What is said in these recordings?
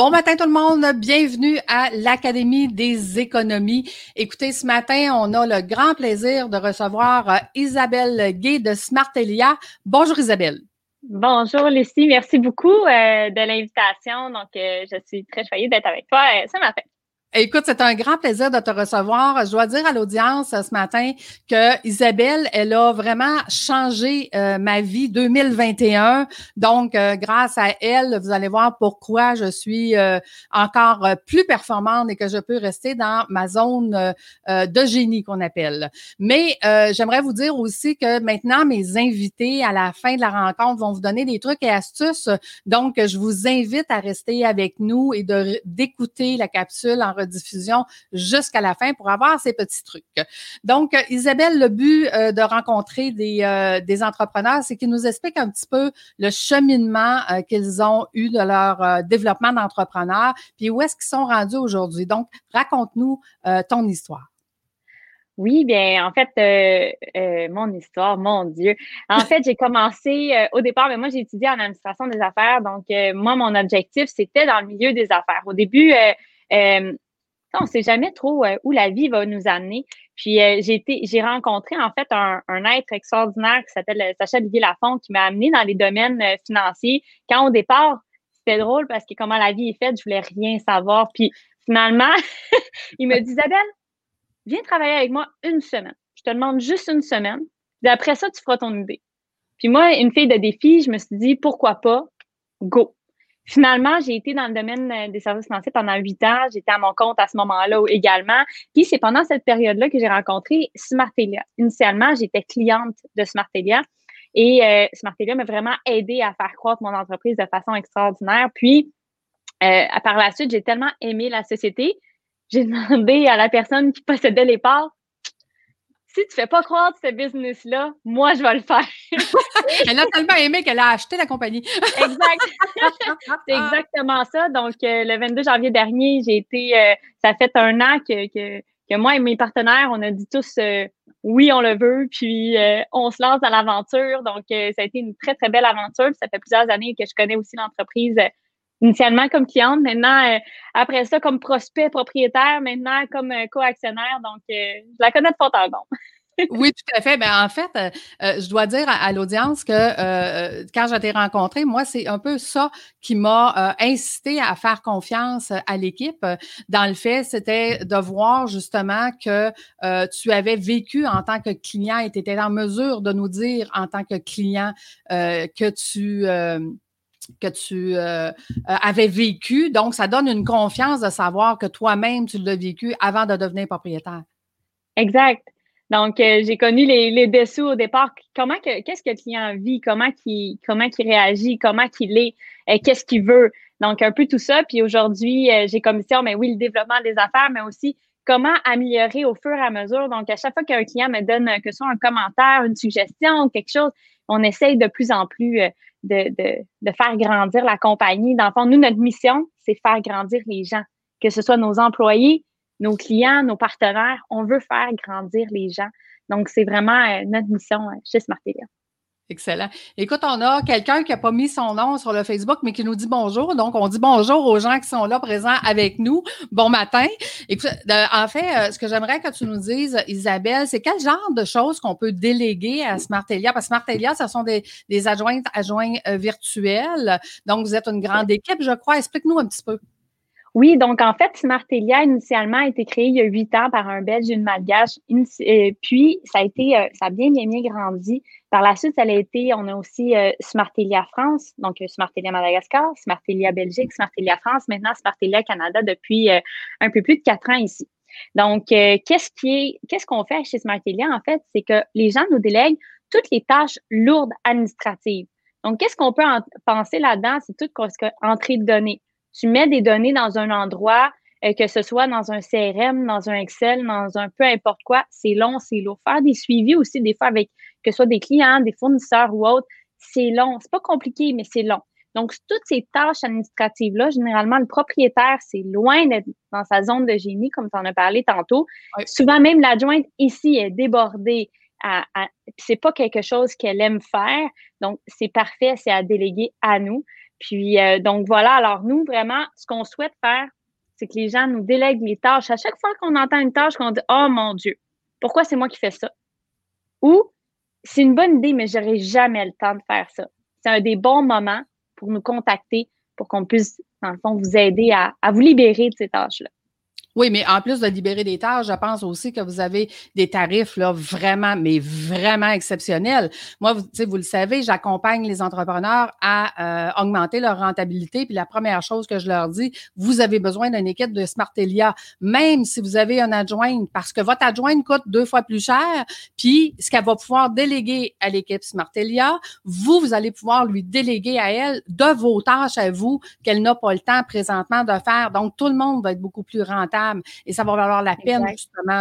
Bon matin tout le monde, bienvenue à l'Académie des économies. Écoutez, ce matin, on a le grand plaisir de recevoir Isabelle Gay de Smartelia. Bonjour Isabelle. Bonjour Lucie, merci beaucoup de l'invitation. Donc, je suis très choyée d'être avec toi ce matin. Écoute, c'est un grand plaisir de te recevoir. Je dois dire à l'audience ce matin que Isabelle, elle a vraiment changé ma vie 2021. Donc, grâce à elle, vous allez voir pourquoi je suis encore plus performante et que je peux rester dans ma zone de génie qu'on appelle. Mais j'aimerais vous dire aussi que maintenant, mes invités à la fin de la rencontre vont vous donner des trucs et astuces. Donc, je vous invite à rester avec nous et d'écouter la capsule en rediffusion jusqu'à la fin pour avoir ces petits trucs. Donc, Isabelle, le but de rencontrer des entrepreneurs, c'est qu'ils nous expliquent un petit peu le cheminement qu'ils ont eu de leur développement d'entrepreneur, puis où est-ce qu'ils sont rendus aujourd'hui. Donc, raconte-nous ton histoire. Oui, bien, en fait, mon histoire, mon Dieu. En fait, j'ai commencé au départ, mais moi, j'ai étudié en administration des affaires. Donc, moi, mon objectif, c'était dans le milieu des affaires. Au début, on ne sait jamais trop où la vie va nous amener. Puis, j'ai rencontré, en fait, un être extraordinaire qui s'appelle Sacha Olivier Lafont, qui m'a amené dans les domaines financiers. Quand, au départ, c'était drôle parce que comment la vie est faite, je voulais rien savoir. Puis, finalement, il me dit, Isabelle, viens travailler avec moi une semaine. Je te demande juste une semaine. Puis après ça, tu feras ton idée. Puis moi, une fille de défi, je me suis dit, pourquoi pas? Go. Finalement, j'ai été dans le domaine des services financiers pendant 8 ans. J'étais à mon compte à ce moment-là également. Puis c'est pendant cette période-là que j'ai rencontré Smartelia. Initialement, j'étais cliente de Smartelia. Et Smartelia m'a vraiment aidé à faire croître mon entreprise de façon extraordinaire. Puis, par la suite, j'ai tellement aimé la société. J'ai demandé à la personne qui possédait les parts, si tu fais pas croître ce business-là, moi, je vais le faire. Elle a tellement aimé qu'elle a acheté la compagnie. Exact. C'est exactement ça. Donc, le 22 janvier dernier, ça fait 1 an que moi et mes partenaires, on a dit tous oui, on le veut, puis on se lance dans l'aventure. Donc, ça a été une très, très belle aventure. Ça fait plusieurs années que je connais aussi l'entreprise initialement comme cliente, maintenant, après ça, comme prospect propriétaire, maintenant comme co-actionnaire. Donc, je la connais de fond en comble. Oui, tout à fait. Ben, en fait, je dois dire à l'audience que quand je t'ai rencontré, moi, c'est un peu ça qui m'a incité à faire confiance à l'équipe. Dans le fait, c'était de voir justement que tu avais vécu en tant que client et tu étais en mesure de nous dire en tant que client que tu avais vécu. Donc, ça donne une confiance de savoir que toi-même, tu l'as vécu avant de devenir propriétaire. Exact. Donc, j'ai connu les dessous au départ. Qu'est-ce que le client vit? Comment qu'il réagit? Comment qu'il est? Qu'est-ce qu'il veut? Donc, un peu tout ça. Puis aujourd'hui, j'ai comme mission, mais oui, le développement des affaires, mais aussi comment améliorer au fur et à mesure. Donc, à chaque fois qu'un client me donne que ce soit un commentaire, une suggestion, quelque chose, on essaye de plus en plus de faire grandir la compagnie. Dans le fond, nous, notre mission, c'est faire grandir les gens, que ce soit nos employés, nos clients, nos partenaires. On veut faire grandir les gens. Donc, c'est vraiment notre mission chez Smartelia. Excellent. Écoute, on a quelqu'un qui n'a pas mis son nom sur le Facebook, mais qui nous dit bonjour. Donc, on dit bonjour aux gens qui sont là présents avec nous. Bon matin. Écoute, en fait, ce que j'aimerais que tu nous dises, Isabelle, c'est quel genre de choses qu'on peut déléguer à Smartelia? Parce que Smartelia, ce sont des adjoints virtuels. Donc, vous êtes une grande équipe, je crois. Explique-nous un petit peu. Oui, donc en fait, Smartelia, initialement, a été créé il y a 8 ans par un Belge et une Malgache. Puis, ça a bien grandi. Par la suite, on a aussi Smartelia France, donc Smartelia Madagascar, Smartelia Belgique, Smartelia France, maintenant Smartelia Canada depuis un peu plus de 4 ans ici. Donc, qu'est-ce qu'on fait chez Smartelia, en fait, c'est que les gens nous délèguent toutes les tâches lourdes administratives. Donc, qu'est-ce qu'on peut penser là-dedans? C'est tout entrée de données. Tu mets des données dans un endroit, que ce soit dans un CRM, dans un Excel, dans un peu importe quoi, c'est long, c'est lourd. Faire des suivis aussi, des fois avec que ce soit des clients, des fournisseurs ou autres, c'est long. C'est pas compliqué, mais c'est long. Donc, toutes ces tâches administratives-là, généralement, le propriétaire, c'est loin d'être dans sa zone de génie, comme tu en as parlé tantôt. Oui. Souvent, même l'adjointe ici est débordée. C'est pas quelque chose qu'elle aime faire. Donc, c'est parfait, c'est à déléguer à nous. Puis, donc voilà, alors nous, vraiment, ce qu'on souhaite faire, c'est que les gens nous délèguent les tâches. À chaque fois qu'on entend une tâche, qu'on dit « Oh mon Dieu, pourquoi c'est moi qui fais ça? » Ou « C'est une bonne idée, mais j'aurai jamais le temps de faire ça. » C'est un des bons moments pour nous contacter, pour qu'on puisse, dans le fond, vous aider à vous libérer de ces tâches-là. Oui, mais en plus de libérer des tâches, je pense aussi que vous avez des tarifs là vraiment, mais vraiment exceptionnels. Moi, vous le savez, j'accompagne les entrepreneurs à augmenter leur rentabilité. Puis la première chose que je leur dis, vous avez besoin d'une équipe de Smartelia, même si vous avez un adjoint, parce que votre adjointe coûte 2 fois plus cher. Puis ce qu'elle va pouvoir déléguer à l'équipe Smartelia, vous allez pouvoir lui déléguer à elle de vos tâches à vous qu'elle n'a pas le temps présentement de faire. Donc, tout le monde va être beaucoup plus rentable. Et ça va valoir la peine, justement,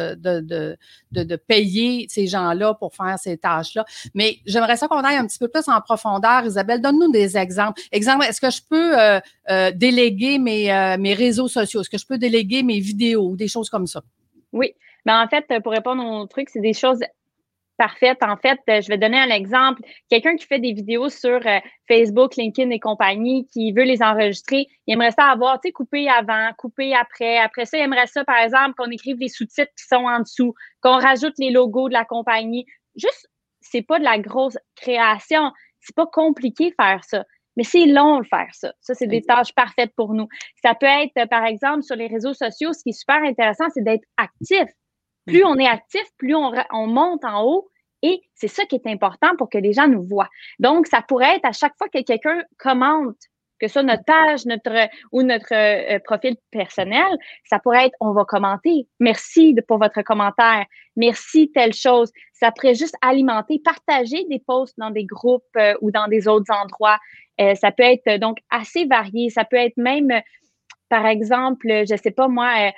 de payer ces gens-là pour faire ces tâches-là. Mais j'aimerais ça qu'on aille un petit peu plus en profondeur. Isabelle, donne-nous des exemples. Exemple, est-ce que je peux déléguer mes réseaux sociaux? Est-ce que je peux déléguer mes vidéos ou des choses comme ça? Oui. Ben, en fait, pour répondre au truc, c'est des choses parfaite. En fait, je vais donner un exemple. Quelqu'un qui fait des vidéos sur Facebook, LinkedIn et compagnie, qui veut les enregistrer, il aimerait ça avoir, tu sais, coupé avant, coupé après. Après ça, il aimerait ça, par exemple, qu'on écrive les sous-titres qui sont en dessous, qu'on rajoute les logos de la compagnie. Juste, c'est pas de la grosse création. C'est pas compliqué faire ça. Mais c'est long de faire ça. Ça, c'est des tâches parfaites pour nous. Ça peut être, par exemple, sur les réseaux sociaux, ce qui est super intéressant, c'est d'être actif. Plus on est actif, plus on monte en haut et c'est ça qui est important pour que les gens nous voient. Donc, ça pourrait être à chaque fois que quelqu'un commente, que ce soit notre page ou notre profil personnel, ça pourrait être « on va commenter, merci pour votre commentaire, merci telle chose ». Ça pourrait juste alimenter, partager des posts dans des groupes ou dans des autres endroits. Ça peut être donc assez varié. Ça peut être même, par exemple, je sais pas moi,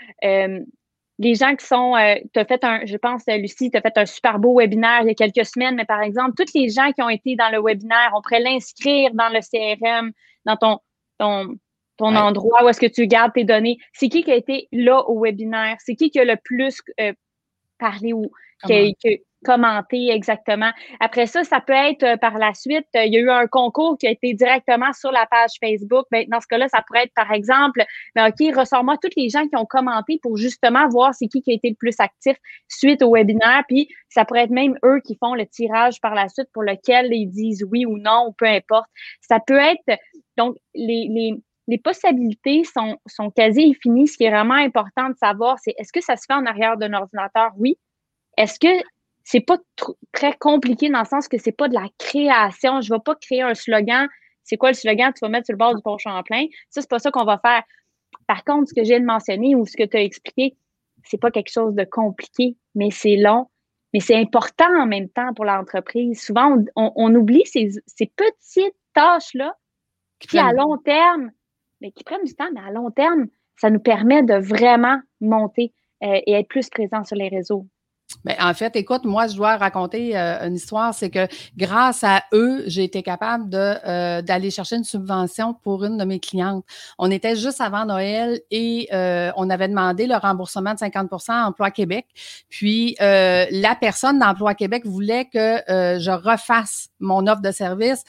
les gens qui sont, je pense, Lucie, tu as fait un super beau webinaire il y a quelques semaines, mais par exemple, tous les gens qui ont été dans le webinaire, on pourrait l'inscrire dans le CRM, dans ton endroit où est-ce que tu gardes tes données. C'est qui a été là au webinaire? C'est qui a le plus parlé ou commenté exactement. Après ça, ça peut être par la suite, il y a eu un concours qui a été directement sur la page Facebook. Ben, dans ce cas-là, ça pourrait être par exemple, OK, ressors-moi tous les gens qui ont commenté pour justement voir c'est qui a été le plus actif suite au webinaire. Puis ça pourrait être même eux qui font le tirage par la suite pour lequel ils disent oui ou non ou peu importe. Ça peut être, donc, les possibilités sont quasi infinies. Ce qui est vraiment important de savoir, c'est est-ce que ça se fait en arrière d'un ordinateur? Oui. Est-ce que c'est pas très compliqué dans le sens que c'est pas de la création? Je vais pas créer un slogan. C'est quoi le slogan? Tu vas mettre sur le bord du pont Champlain. Ça, c'est pas ça qu'on va faire. Par contre, ce que j'ai de mentionner ou ce que tu as expliqué, c'est pas quelque chose de compliqué, mais c'est long. Mais c'est important en même temps pour l'entreprise. Souvent, on oublie ces petites tâches-là qui, à long terme, mais qui prennent du temps, mais à long terme, ça nous permet de vraiment monter et être plus présent sur les réseaux. Bien, en fait, écoute, moi, je dois raconter une histoire, c'est que grâce à eux, j'ai été capable d'aller chercher une subvention pour une de mes clientes. On était juste avant Noël et on avait demandé le remboursement de 50% à Emploi Québec. Puis, la personne d'Emploi Québec voulait que je refasse mon offre de service,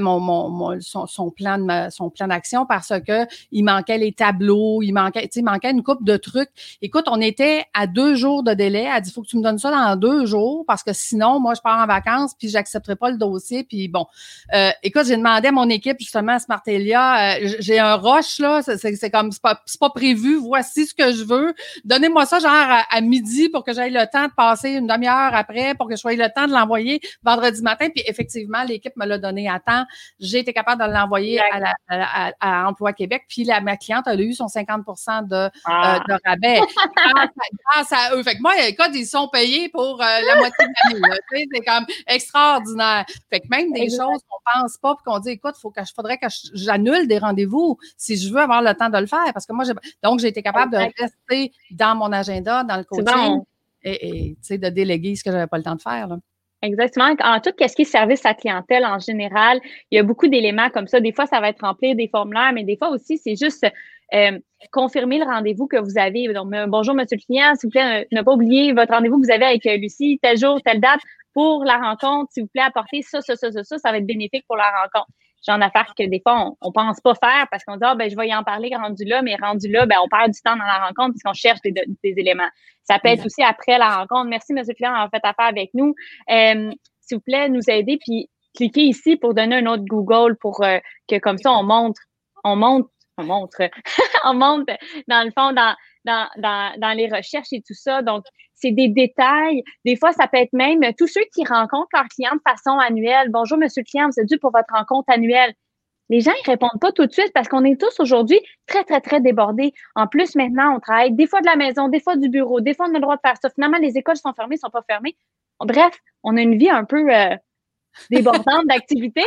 son plan d'action parce que il manquait les tableaux, il manquait une couple de trucs. Écoute, on était à 2 jours de délai. Elle dit, faut que tu me donnes ça dans 2 jours parce que sinon, moi, je pars en vacances puis j'accepterai pas le dossier. Puis bon, écoute, j'ai demandé à mon équipe justement à Smartelia, j'ai un rush là, c'est comme c'est pas prévu. Voici ce que je veux. Donnez-moi ça genre à midi pour que j'aie le temps de passer une demi-heure après pour que je sois le temps de l'envoyer vendredi matin. Puis effectivement, l'équipe me l'a donné à temps. J'ai été capable de l'envoyer à Emploi Québec. Puis ma cliente, elle a eu son 50% de rabais grâce à eux. Fait que moi, écoute, ils sont payés pour la moitié de l'année. C'est comme extraordinaire. Fait que même des choses qu'on pense pas puis qu'on dit, écoute, faudrait que j'annule des rendez-vous si je veux avoir le temps de le faire. Parce que moi, donc, j'ai été capable de rester dans mon agenda, dans le coaching et de déléguer ce que j'avais pas le temps de faire, là. Exactement. En tout ce qui est service à clientèle en général, il y a beaucoup d'éléments comme ça. Des fois, ça va être remplir des formulaires, mais des fois aussi, c'est juste confirmer le rendez-vous que vous avez. Donc, bonjour, monsieur le client, s'il vous plaît, ne pas oublier votre rendez-vous que vous avez avec Lucie, tel jour, telle date pour la rencontre. S'il vous plaît, apportez ça va être bénéfique pour la rencontre. genre d'affaires que des fois, on pense pas faire parce qu'on dit, je vais y en parler rendu là, mais rendu là, on perd du temps dans la rencontre puisqu'on cherche des éléments. Ça peut être aussi après la rencontre. Merci, monsieur le client, d'avoir fait affaire avec nous. S'il vous plaît, nous aider, puis cliquez ici pour donner un autre Google pour que comme ça, on monte, on monte dans le fond, dans les recherches et tout ça. Donc, c'est des détails. Des fois, ça peut être même tous ceux qui rencontrent leurs clients de façon annuelle. Bonjour, monsieur le client, vous êtes dû pour votre rencontre annuelle. Les gens, ils répondent pas tout de suite parce qu'on est tous aujourd'hui très, très, très débordés. En plus, maintenant, on travaille des fois de la maison, des fois du bureau, des fois on a le droit de faire ça. Finalement, les écoles sont fermées, sont pas fermées. Bref, on a une vie un peu débordante d'activités.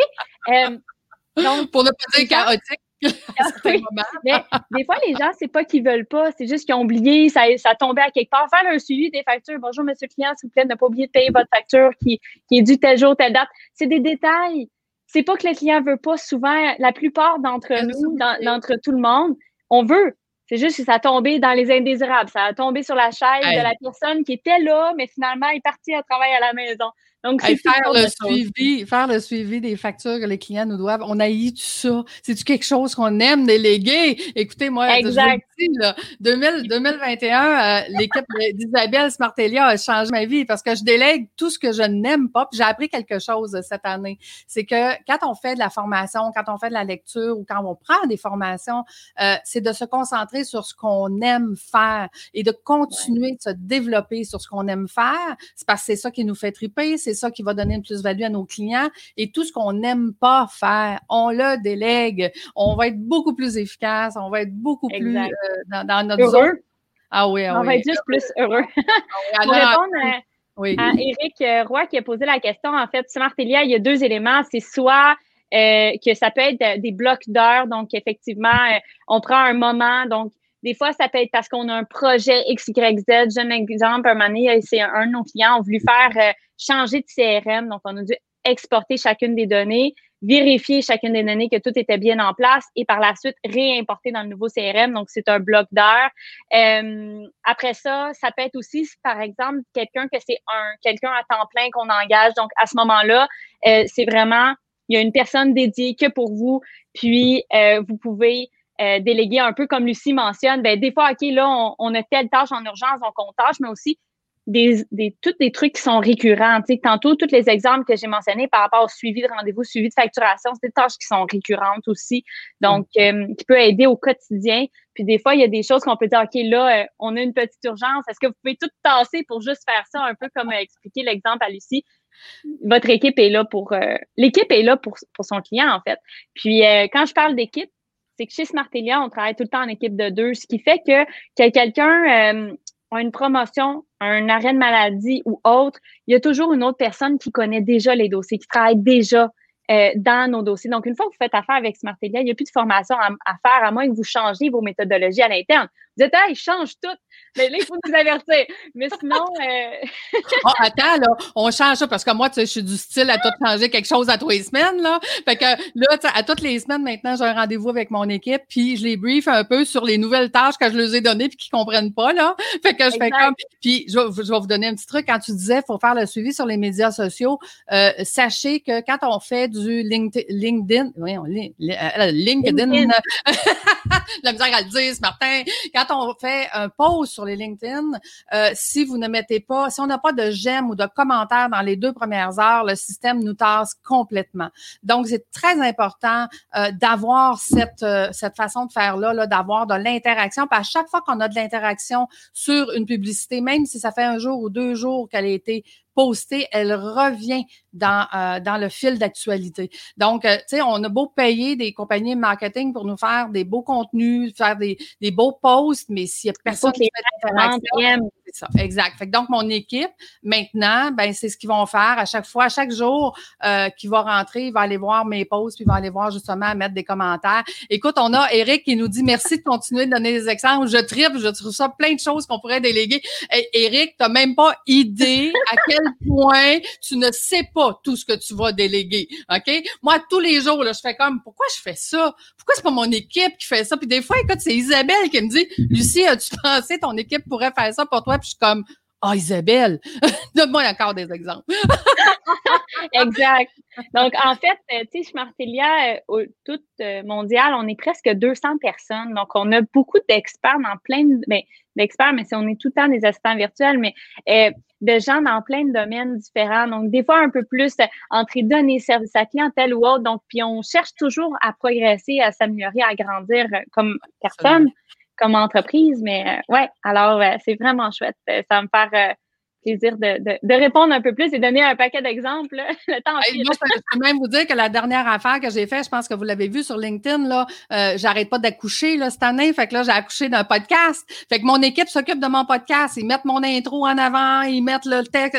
Donc, pour ne pas dire chaotique. Oui. Mais des fois, les gens, c'est pas qu'ils veulent pas, c'est juste qu'ils ont oublié, ça tombait à quelque part. Faire un suivi des factures. Bonjour, monsieur le client, s'il vous plaît, ne pas oublier de payer votre facture qui est due tel jour, telle date. C'est des détails. C'est pas que le client veut pas. Souvent, la plupart d'entre nous, d'entre tout le monde, on veut. C'est juste que ça a tombé dans les indésirables. Ça a tombé sur la chaise de la personne qui était là, mais finalement, elle est partie à travailler à la maison. Donc, c'est faire le suivi des factures que les clients nous doivent. On haït tout ça. C'est-tu quelque chose qu'on aime déléguer? Écoutez, moi, exact. Je vous le dis, là, 2021, l'équipe d'Isabelle Smartelia a changé ma vie parce que je délègue tout ce que je n'aime pas. Puis j'ai appris quelque chose cette année. C'est que quand on fait de la formation, quand on fait de la lecture ou quand on prend des formations, c'est de se concentrer sur ce qu'on aime faire et de continuer de se développer sur ce qu'on aime faire. C'est parce que c'est ça qui nous fait triper, c'est ça qui va donner une plus-value à nos clients. Et tout ce qu'on n'aime pas faire, on le délègue. On va être beaucoup plus efficace, on va être beaucoup plus dans notre zone. Ah oui, on va être juste plus heureux. Pour répondre à Éric Roy qui a posé la question, en fait, Smartelia, il y a 2 éléments. C'est soit que ça peut être des blocs d'heures, donc effectivement, on prend un moment, donc des fois, ça peut être parce qu'on a un projet XYZ. Je donne un exemple, un moment donné, c'est un de nos clients, on a voulu faire changer de CRM. Donc, on a dû exporter chacune des données, vérifier chacune des données que tout était bien en place et par la suite, réimporter dans le nouveau CRM. Donc, c'est un bloc d'heures. Après ça, ça peut être aussi, par exemple, quelqu'un à temps plein qu'on engage. Donc, à ce moment-là, c'est vraiment, il y a une personne dédiée que pour vous. Puis, vous pouvez déléguer un peu comme Lucie mentionne, des fois, OK, là, on a telle tâche en urgence, donc on tâche, mais aussi tous des trucs qui sont récurrents. Tu sais, tantôt, tous les exemples que j'ai mentionnés par rapport au suivi de rendez-vous, suivi de facturation, c'est des tâches qui sont récurrentes aussi, donc qui peut aider au quotidien. Puis des fois, il y a des choses qu'on peut dire, OK, là, on a une petite urgence, est-ce que vous pouvez tout tasser pour juste faire ça, un peu comme expliquer l'exemple à Lucie? Votre équipe est là l'équipe est là pour son client, en fait. Puis quand je parle d'équipe, c'est que chez Smartelia, on travaille tout le temps en équipe de 2, ce qui fait que quelqu'un a une promotion, un arrêt de maladie ou autre, il y a toujours une autre personne qui connaît déjà les dossiers, qui travaille déjà dans nos dossiers. Donc, une fois que vous faites affaire avec Smartelia, il n'y a plus de formation à faire, à moins que vous changiez vos méthodologies à l'interne. Vous dites, ils changent tout. Mais là, il faut nous avertir. Mais sinon... attends, là, on change ça, parce que moi, tu sais, je suis du style à tout changer quelque chose à tous les semaines, là. Fait que là, à toutes les semaines, maintenant, j'ai un rendez-vous avec mon équipe, puis je les brief un peu sur les nouvelles tâches que je leur ai données puis qu'ils comprennent pas, là. Fait que je fais comme... Puis, je vais vous donner un petit truc. Quand tu disais, il faut faire le suivi sur les médias sociaux, sachez que quand on fait du LinkedIn, la misère à le dire, Martin, quand on fait un post sur les LinkedIn, si vous ne mettez pas, si on n'a pas de j'aime ou de commentaires dans les 2 premières heures, le système nous tasse complètement. Donc, c'est très important d'avoir cette façon de faire là, d'avoir de l'interaction. Puis à chaque fois qu'on a de l'interaction sur une publicité, même si ça fait 1 jour ou 2 jours qu'elle a été postée, elle revient dans le fil d'actualité. Donc, tu sais, on a beau payer des compagnies de marketing pour nous faire des beaux contenus, faire des beaux posts, mais s'il y a personne qui fait d'interaction, c'est ça. Exact. Fait que donc, mon équipe, maintenant, c'est ce qu'ils vont faire à chaque fois, à chaque jour qu'il va rentrer, il va aller voir mes posts, puis il va aller voir justement mettre des commentaires. Écoute, on a Éric qui nous dit merci de continuer de donner des exemples. Je tripe, je trouve ça plein de choses qu'on pourrait déléguer. Éric, t'as même pas idée à quel point tu ne sais pas tout ce que tu vas déléguer, OK? Moi, tous les jours, là, je fais comme, pourquoi je fais ça? Pourquoi c'est pas mon équipe qui fait ça? Puis des fois, écoute, c'est Isabelle qui me dit, Lucie, as-tu pensé ton équipe pourrait faire ça pour toi? Puis je suis comme, Ah, Isabelle, donne-moi encore des exemples. Exact. Donc, en fait, tu sais, chez Martelia, toute mondiale, on est presque 200 personnes. Donc, on a beaucoup d'experts dans d'experts, mais on est tout le temps des assistants virtuels, mais de gens dans plein de domaines différents. Donc, des fois, un peu plus entrée de données, service à clientèle ou autre. Donc, puis on cherche toujours à progresser, à s'améliorer, à grandir comme personne, comme entreprise. Mais ouais, alors, c'est vraiment chouette. Ça va me faire plaisir de répondre un peu plus et donner un paquet d'exemples. Le temps file. Moi, je peux même vous dire que la dernière affaire que j'ai faite, je pense que vous l'avez vu sur LinkedIn, là, j'arrête pas d'accoucher là, cette année. Fait que là, j'ai accouché d'un podcast. Fait que mon équipe s'occupe de mon podcast. Ils mettent mon intro en avant, ils mettent le texte,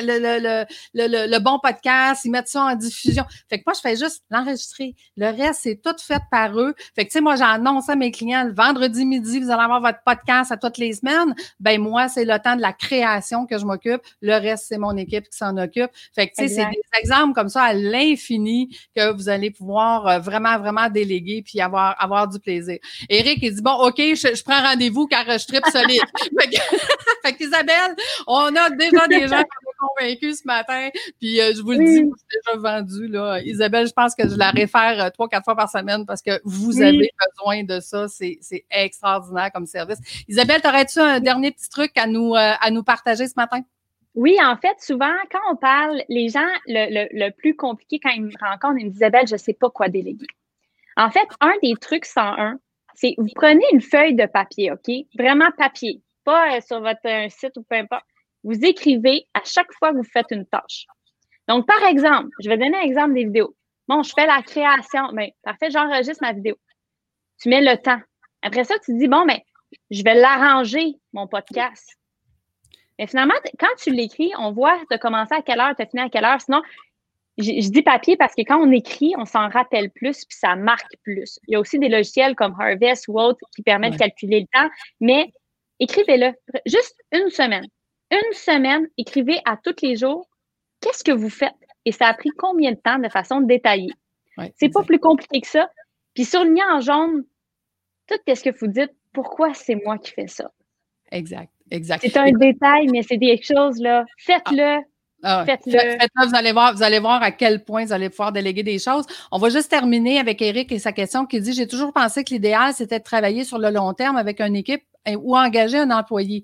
le bon podcast, ils mettent ça en diffusion. Fait que moi, je fais juste l'enregistrer. Le reste, c'est tout fait par eux. Fait que, tu sais, moi, j'annonce à mes clients le vendredi midi, vous allez avoir votre podcast à toutes les semaines. Ben, moi, c'est le temps de la création que je m'occupe. Le reste, c'est mon équipe qui s'en occupe. Fait que, tu sais, c'est des exemples comme ça à l'infini que vous allez pouvoir vraiment, vraiment déléguer puis avoir du plaisir. Éric, il dit, bon, OK, je prends rendez-vous car je tripe solide. Fait qu'Isabelle, on a déjà des gens qui sont convaincus ce matin. Puis, je vous le dis, je suis déjà vendu, là. Isabelle, je pense que je la réfère 3-4 fois par semaine parce que vous avez besoin de ça. C'est extraordinaire comme service. Isabelle, t'aurais-tu un dernier petit truc à nous partager ce matin? Oui, en fait, souvent, quand on parle, les gens, le plus compliqué quand ils me rencontrent, ils me disent, Isabelle, je ne sais pas quoi déléguer. En fait, un des trucs 101, c'est vous prenez une feuille de papier, OK? Vraiment papier, pas sur votre site ou peu importe. Vous écrivez à chaque fois que vous faites une tâche. Donc, par exemple, je vais donner un exemple des vidéos. Bon, je fais la création. Bien, parfait, j'enregistre ma vidéo. Tu mets le temps. Après ça, tu te dis, bon, ben, je vais l'arranger, mon podcast. Mais finalement, quand tu l'écris, on voit tu as commencé à quelle heure, tu as fini à quelle heure. Sinon, je dis papier parce que quand on écrit, on s'en rappelle plus puis ça marque plus. Il y a aussi des logiciels comme Harvest ou autres qui permettent de calculer le temps, mais écrivez-le. Juste une semaine. Une semaine, écrivez à tous les jours qu'est-ce que vous faites et ça a pris combien de temps de façon détaillée. C'est pas plus compliqué que ça. Puis surligner en jaune tout ce que vous dites, pourquoi c'est moi qui fais ça. Exact. C'est un détail, mais c'est des choses, là. Faites-le. Faites-le, vous allez voir à quel point vous allez pouvoir déléguer des choses. On va juste terminer avec Éric et sa question qui dit « J'ai toujours pensé que l'idéal, c'était de travailler sur le long terme avec une équipe ou engager un employé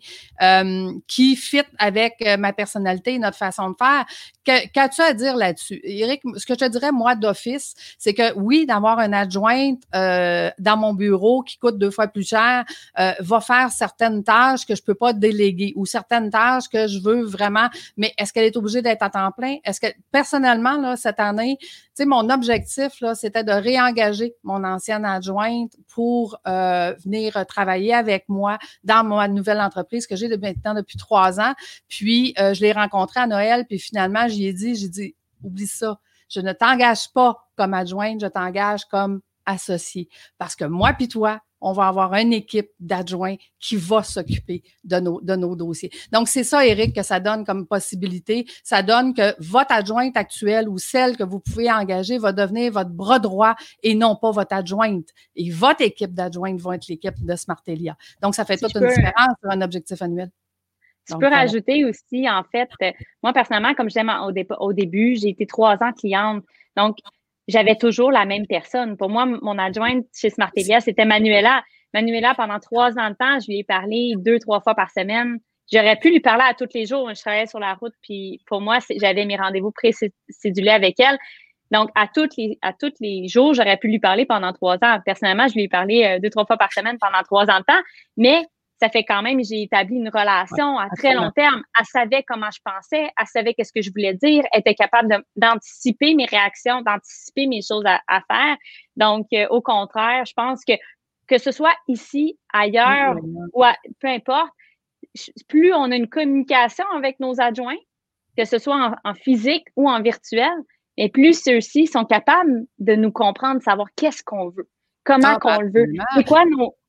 qui fit avec ma personnalité et notre façon de faire. » Qu'as-tu à dire là-dessus? Éric, ce que je te dirais, moi, d'office, c'est que oui, d'avoir une adjointe dans mon bureau qui coûte 2 fois plus cher va faire certaines tâches que je peux pas déléguer ou certaines tâches que je veux vraiment, mais est-ce qu'elle est obligée d'être à temps plein? Est-ce que, personnellement, là, cette année, tu sais, mon objectif, là, c'était de réengager mon ancienne adjointe pour venir travailler avec moi dans ma nouvelle entreprise que j'ai maintenant depuis 3 ans. Puis, je l'ai rencontrée à Noël, puis finalement, j'ai dit, oublie ça, je ne t'engage pas comme adjointe, je t'engage comme associée. Parce que moi puis toi, on va avoir une équipe d'adjoints qui va s'occuper de nos dossiers. Donc, c'est ça, Éric, que ça donne comme possibilité. Ça donne que votre adjointe actuelle ou celle que vous pouvez engager va devenir votre bras droit et non pas votre adjointe. Et votre équipe d'adjointes va être l'équipe de Smartelia. Donc, ça fait toute une différence sur un objectif annuel. Je peux rajouter aussi, en fait, moi, personnellement, comme je disais au début, j'ai été 3 ans cliente. Donc, j'avais toujours la même personne. Pour moi, mon adjointe chez Smartelia, c'était Manuela. Manuela, pendant 3 ans de temps, je lui ai parlé 2-3 fois par semaine. J'aurais pu lui parler à tous les jours. Je travaillais sur la route, puis pour moi, j'avais mes rendez-vous précédulés avec elle. Donc, à tous les jours, j'aurais pu lui parler pendant 3 ans. Personnellement, je lui ai parlé 2-3 fois par semaine pendant 3 ans de temps. Mais ça fait quand même, j'ai établi une relation à très long terme. Elle savait comment je pensais, elle savait qu'est-ce que je voulais dire, elle était capable d'anticiper mes réactions, d'anticiper mes choses à faire. Donc, au contraire, je pense que ce soit ici, ailleurs, ou peu importe, plus on a une communication avec nos adjoints, que ce soit en physique ou en virtuel, et plus ceux-ci sont capables de nous comprendre, de savoir qu'est-ce qu'on veut, comment qu'on le veut, c'est quoi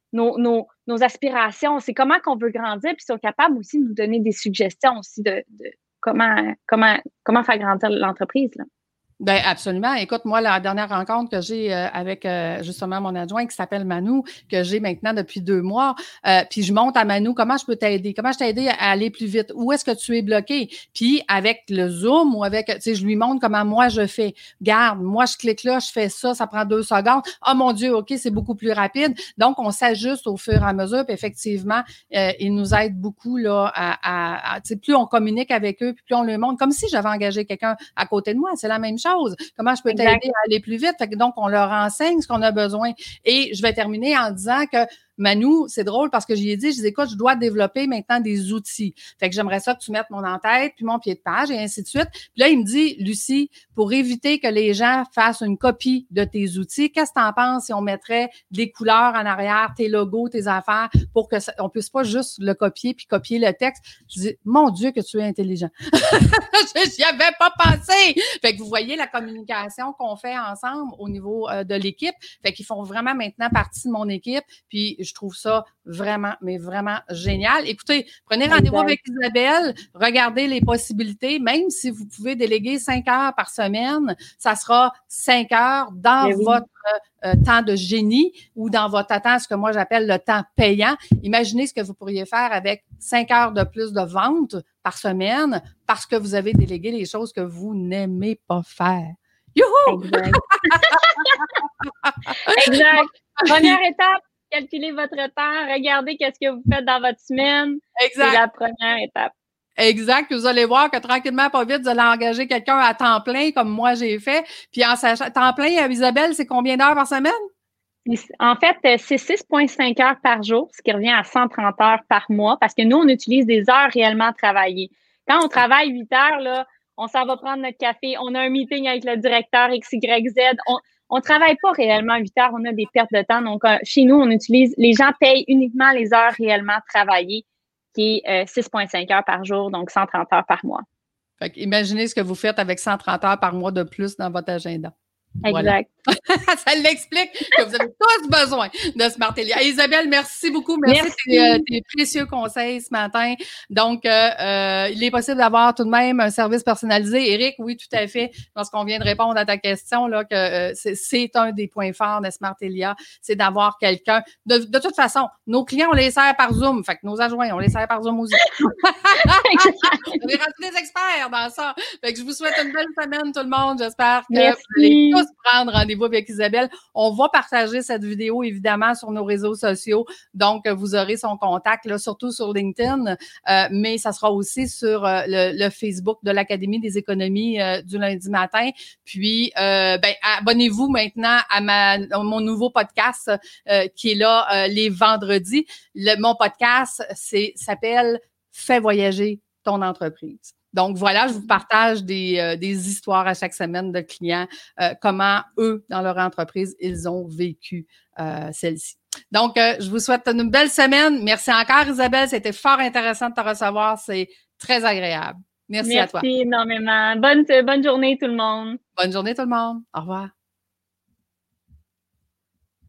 nos aspirations, c'est comment qu'on veut grandir, puis ils sont capables aussi de nous donner des suggestions aussi de comment faire grandir l'entreprise, là. Ben absolument. Écoute, moi, la dernière rencontre que j'ai avec justement mon adjoint qui s'appelle Manou, que j'ai maintenant depuis 2 mois, puis je montre à Manou comment je peux t'aider, comment je t'ai aidé à aller plus vite, où est-ce que tu es bloqué, puis avec le Zoom ou avec, tu sais, je lui montre comment moi je fais. Garde, moi je clique là, je fais ça, ça prend 2 secondes. Oh mon Dieu, ok, c'est beaucoup plus rapide. Donc on s'ajuste au fur et à mesure, puis effectivement, il nous aide beaucoup là tu sais, plus on communique avec eux, puis plus on leur montre, comme si j'avais engagé quelqu'un à côté de moi, c'est la même chose. Comment je peux t'aider à aller plus vite? Fait que donc, on leur enseigne ce qu'on a besoin. Et je vais terminer en disant que Manou, c'est drôle parce que j'y ai dit, je dis, écoute, je dois développer maintenant des outils. Fait que j'aimerais ça que tu mettes mon en-tête, puis mon pied de page, et ainsi de suite. Puis là, il me dit, Lucie, pour éviter que les gens fassent une copie de tes outils, qu'est-ce que tu en penses si on mettrait des couleurs en arrière, tes logos, tes affaires, pour que on puisse pas juste le copier puis copier le texte? Je dis, mon Dieu, que tu es intelligent. J'y avais pas pensé. Fait que vous voyez la communication qu'on fait ensemble au niveau de l'équipe. Fait qu'ils font vraiment maintenant partie de mon équipe. Puis je trouve ça vraiment, mais vraiment génial. Écoutez, prenez rendez-vous avec Isabelle, regardez les possibilités. Même si vous pouvez déléguer 5 heures par semaine, ça sera 5 heures dans votre temps de génie ou dans votre temps, ce que moi j'appelle le temps payant. Imaginez ce que vous pourriez faire avec 5 heures de plus de vente par semaine parce que vous avez délégué les choses que vous n'aimez pas faire. Youhou! Exact. Exact. Première étape, calculez votre temps, regardez qu'est-ce que vous faites dans votre semaine. Exact. C'est la première étape. Exact. Vous allez voir que tranquillement, pas vite, vous allez engager quelqu'un à temps plein, comme moi j'ai fait. Puis en sachant, temps plein, Isabelle, c'est combien d'heures par semaine? En fait, c'est 6,5 heures par jour, ce qui revient à 130 heures par mois, parce que nous, on utilise des heures réellement travaillées. Quand on travaille 8 heures, là, on s'en va prendre notre café, on a un meeting avec le directeur XYZ, on travaille pas réellement 8 heures, on a des pertes de temps. Donc, chez nous, on utilise, les gens payent uniquement les heures réellement travaillées, qui est 6,5 heures par jour, donc 130 heures par mois. Fait que imaginez ce que vous faites avec 130 heures par mois de plus dans votre agenda. Exact. Voilà. Ça l'explique que vous avez tous besoin de Smart Elia. Isabelle, merci beaucoup. Merci de tes précieux conseils ce matin. Donc, il est possible d'avoir tout de même un service personnalisé. Éric, oui, tout à fait. Parce qu'on vient de répondre à ta question, là, que c'est un des points forts de Smart Elia, c'est d'avoir quelqu'un. De toute façon, nos clients, on les sert par Zoom. Fait que nos adjoints, on les sert par Zoom aussi. On est rendus des experts dans ça. Fait que je vous souhaite une belle semaine, tout le monde. J'espère que vous allez tous prendre rendez-vous avec Isabelle. On va partager cette vidéo, évidemment, sur nos réseaux sociaux. Donc, vous aurez son contact, là, surtout sur LinkedIn, mais ça sera aussi sur le Facebook de l'Académie des économies du lundi matin. Puis, abonnez-vous maintenant à mon nouveau podcast qui est là les vendredis. Mon podcast s'appelle « Fais voyager ton entreprise ». Donc, voilà, je vous partage des histoires à chaque semaine de clients, comment eux, dans leur entreprise, ils ont vécu celle-ci. Donc, je vous souhaite une belle semaine. Merci encore, Isabelle. C'était fort intéressant de te recevoir. C'est très agréable. Merci à toi. Merci énormément. Bonne journée, tout le monde. Bonne journée, tout le monde. Au revoir.